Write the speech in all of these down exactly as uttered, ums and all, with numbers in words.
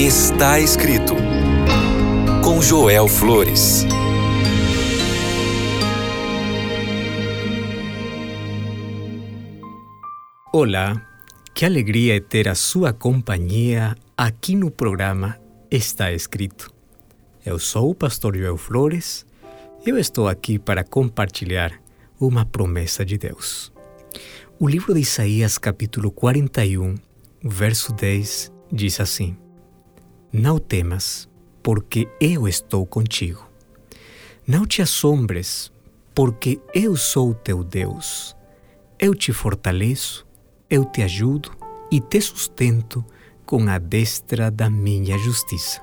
Está Escrito, com Joel Flores. Olá, que alegria é ter a sua companhia aqui no programa Está Escrito. Eu sou o pastor Joel Flores e eu estou aqui para compartilhar uma promessa de Deus. O livro de Isaías, capítulo quarenta e um, verso dez, diz assim: Não temas, porque eu estou contigo. Não te assombres, porque eu sou teu Deus. Eu te fortaleço, eu te ajudo e te sustento com a destra da minha justiça.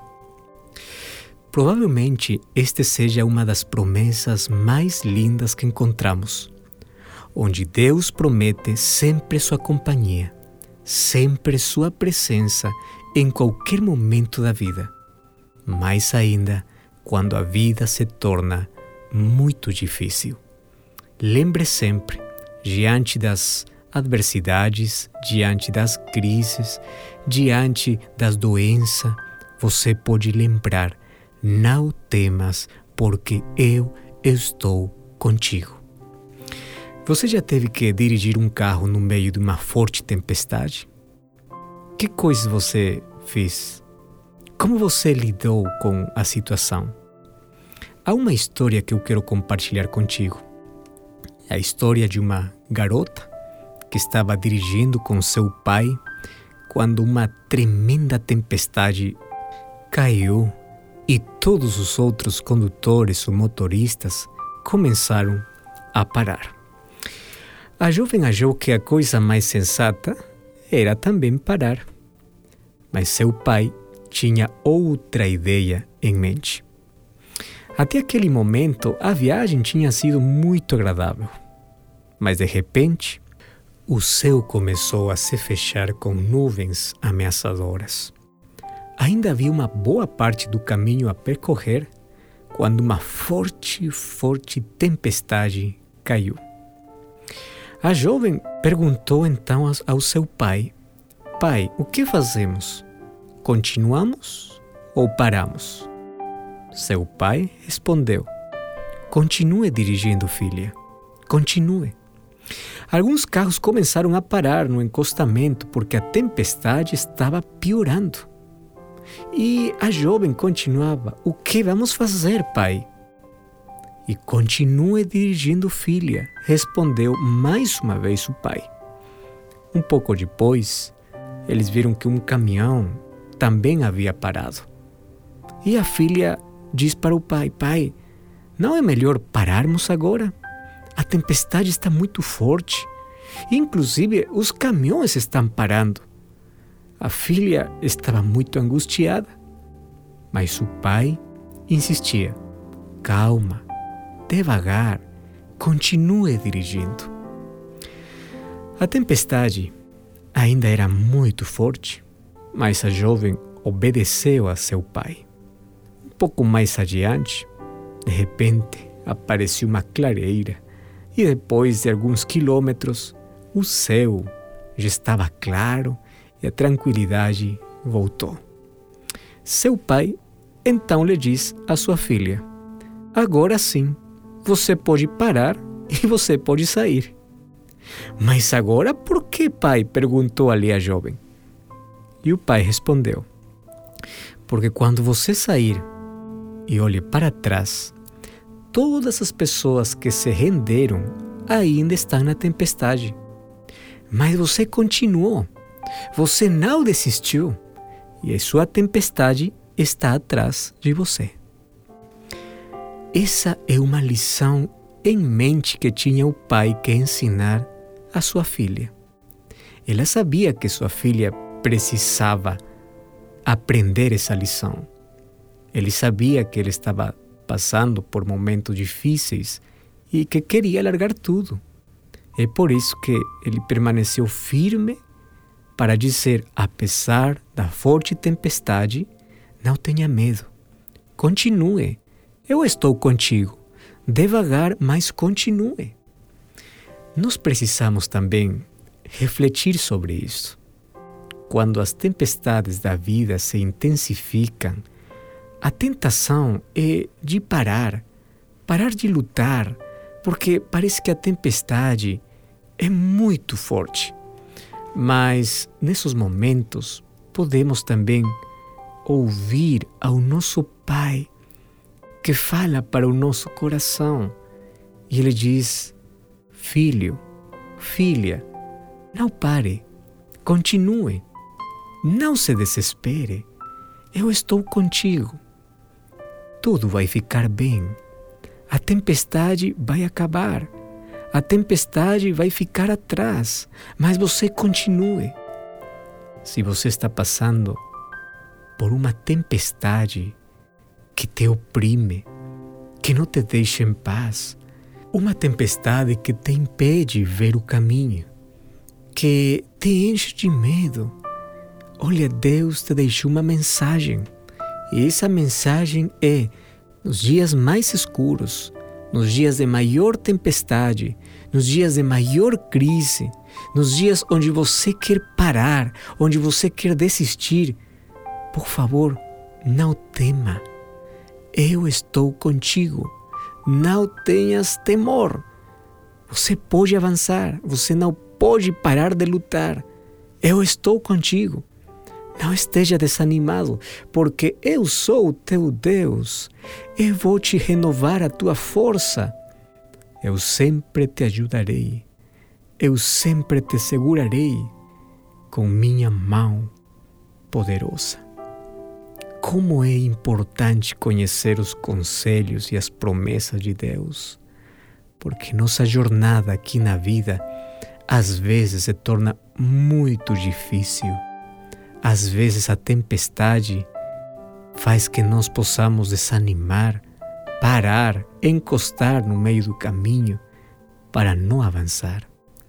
Provavelmente esta seja uma das promessas mais lindas que encontramos, onde Deus promete sempre sua companhia, sempre sua presença em qualquer momento da vida, mais ainda quando a vida se torna muito difícil. Lembre sempre, diante das adversidades, diante das crises, diante das doenças, você pode lembrar: não temas, porque eu estou contigo. Você já teve que dirigir um carro no meio de uma forte tempestade? Que coisas você fez? Como você lidou com a situação? Há uma história que eu quero compartilhar contigo. É a história de uma garota que estava dirigindo com seu pai quando uma tremenda tempestade caiu e todos os outros condutores ou motoristas começaram a parar. A jovem achou que a coisa mais sensata era também parar. Mas seu pai tinha outra ideia em mente. Até aquele momento, a viagem tinha sido muito agradável. Mas de repente, o céu começou a se fechar com nuvens ameaçadoras. Ainda havia uma boa parte do caminho a percorrer quando uma forte, forte tempestade caiu. A jovem perguntou então ao seu pai: Pai, o que fazemos? Continuamos ou paramos? Seu pai respondeu: Continue dirigindo, filha. Continue. Alguns carros começaram a parar no encostamento porque a tempestade estava piorando. E a jovem continuava: O que vamos fazer, pai? E continue dirigindo, filha, respondeu mais uma vez o pai. Um pouco depois, eles viram que um caminhão também havia parado. E a filha diz para o pai: Pai, não é melhor pararmos agora? A tempestade está muito forte. Inclusive, os caminhões estão parando. A filha estava muito angustiada, mas o pai insistia: Calma, devagar, continue dirigindo. A tempestade ainda era muito forte, mas a jovem obedeceu a seu pai. Um pouco mais adiante, de repente, apareceu uma clareira e depois de alguns quilômetros, o céu já estava claro e a tranquilidade voltou. Seu pai então lhe diz à sua filha: Agora sim, você pode parar e você pode sair. Mas agora por que, pai? Perguntou ali a jovem. E o pai respondeu: Porque quando você sair e olhe para trás, todas as pessoas que se renderam ainda estão na tempestade. Mas você continuou, você não desistiu e a sua tempestade está atrás de você. Essa é uma lição em mente que tinha o pai que ensinar a sua filha. Ela sabia que sua filha precisava aprender essa lição. Ele sabia que ele estava passando por momentos difíceis e que queria largar tudo. É por isso que ele permaneceu firme para dizer: apesar da forte tempestade, não tenha medo. Continue. Eu estou contigo. Devagar, mas continue. Nós precisamos também refletir sobre isso. quando as tempestades da vida se intensificam, a tentação é de parar, parar de lutar, porque parece que a tempestade é muito forte. Mas, nesses momentos, podemos também ouvir ao nosso Pai, que fala para o nosso coração. E Ele diz: filho, filha, não pare, continue, não se desespere, eu estou contigo. Tudo vai ficar bem, a tempestade vai acabar, a tempestade vai ficar atrás, mas você continue. Se você está passando por uma tempestade que te oprime, que não te deixa em paz, uma tempestade que te impede ver o caminho, que te enche de medo, olha, Deus te deixou uma mensagem. E essa mensagem é: nos dias mais escuros, nos dias de maior tempestade, nos dias de maior crise, nos dias onde você quer parar, onde você quer desistir, por favor, não tema. Eu estou contigo. Não tenhas temor. Você pode avançar. Você não pode parar de lutar. Eu estou contigo. Não esteja desanimado, porque eu sou o teu Deus. Eu vou te renovar a tua força. Eu sempre te ajudarei. Eu sempre te segurarei com minha mão poderosa. Como é importante conhecer os conselhos e as promessas de Deus, porque nossa jornada aqui na vida às vezes se torna muito difícil. Às vezes a tempestade faz que nós possamos desanimar, parar, encostar no meio do caminho para não avançar.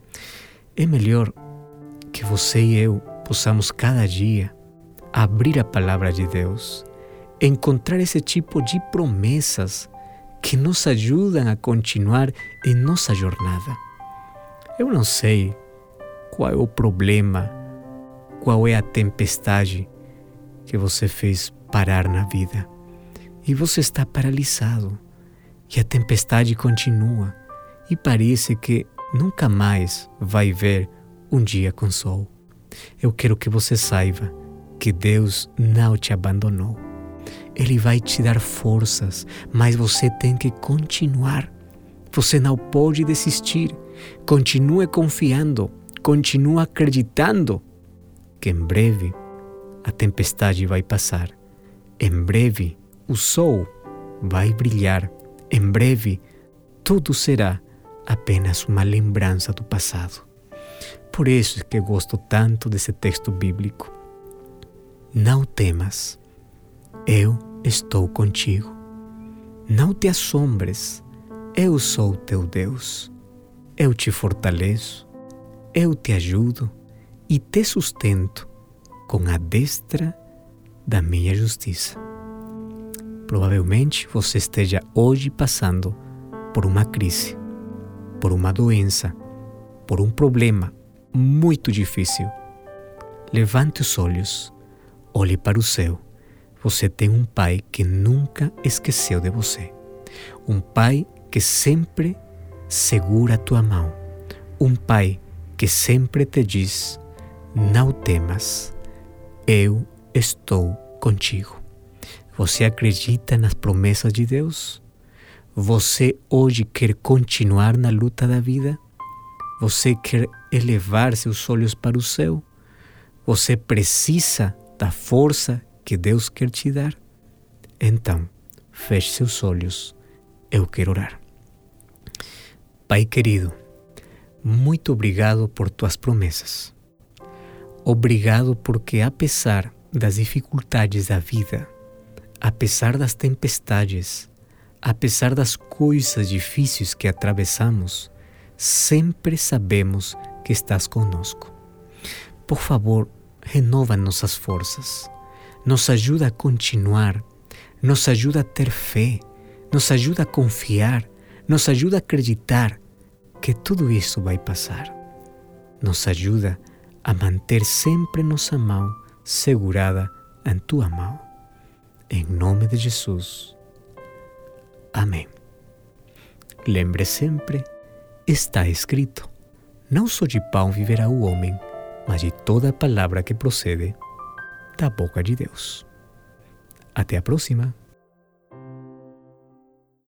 É melhor que você e eu possamos cada dia abrir a palavra de Deus, encontrar esse tipo de promessas que nos ajudam a continuar em nossa jornada. Eu não sei qual é o problema, qual é a tempestade que você fez parar na vida. E você está paralisado, e a tempestade continua, e parece que nunca mais vai ver um dia com sol. Eu quero que você saiba que Deus não te abandonou. Ele vai te dar forças, mas você tem que continuar. Você não pode desistir. Continue confiando, continue acreditando que em breve a tempestade vai passar. Em breve o sol vai brilhar. Em breve tudo será apenas uma lembrança do passado. Por isso é que eu gosto tanto desse texto bíblico. Não temas, eu estou contigo. Não te assombres, eu sou teu Deus. Eu te fortaleço, eu te ajudo e te sustento com a destra da minha justiça. Provavelmente você esteja hoje passando por uma crise, por uma doença, por um problema muito difícil. Levante os olhos. Olhe para o céu. Você tem um Pai que nunca esqueceu de você. Um Pai que sempre segura a tua mão. Um Pai que sempre te diz: não temas, eu estou contigo. Você acredita nas promessas de Deus? Você hoje quer continuar na luta da vida? Você quer elevar seus olhos para o céu? Você precisa da força que Deus quer te dar? Então, feche seus olhos. Eu quero orar. Pai querido, muito obrigado por tuas promessas. Obrigado porque, apesar das dificuldades da vida, apesar das tempestades, apesar das coisas difíceis que atravessamos, sempre sabemos que estás conosco. Por favor, renova nossas forças, nos ajuda a continuar, nos ajuda a ter fé, nos ajuda a confiar, nos ajuda a acreditar que tudo isso vai passar. Nos ajuda a manter sempre nossa mão segurada em tua mão. Em nome de Jesus. Amém. Lembre sempre, está escrito: não só de pão viverá o homem, mas de toda a palavra que procede da boca de Deus. Até a próxima!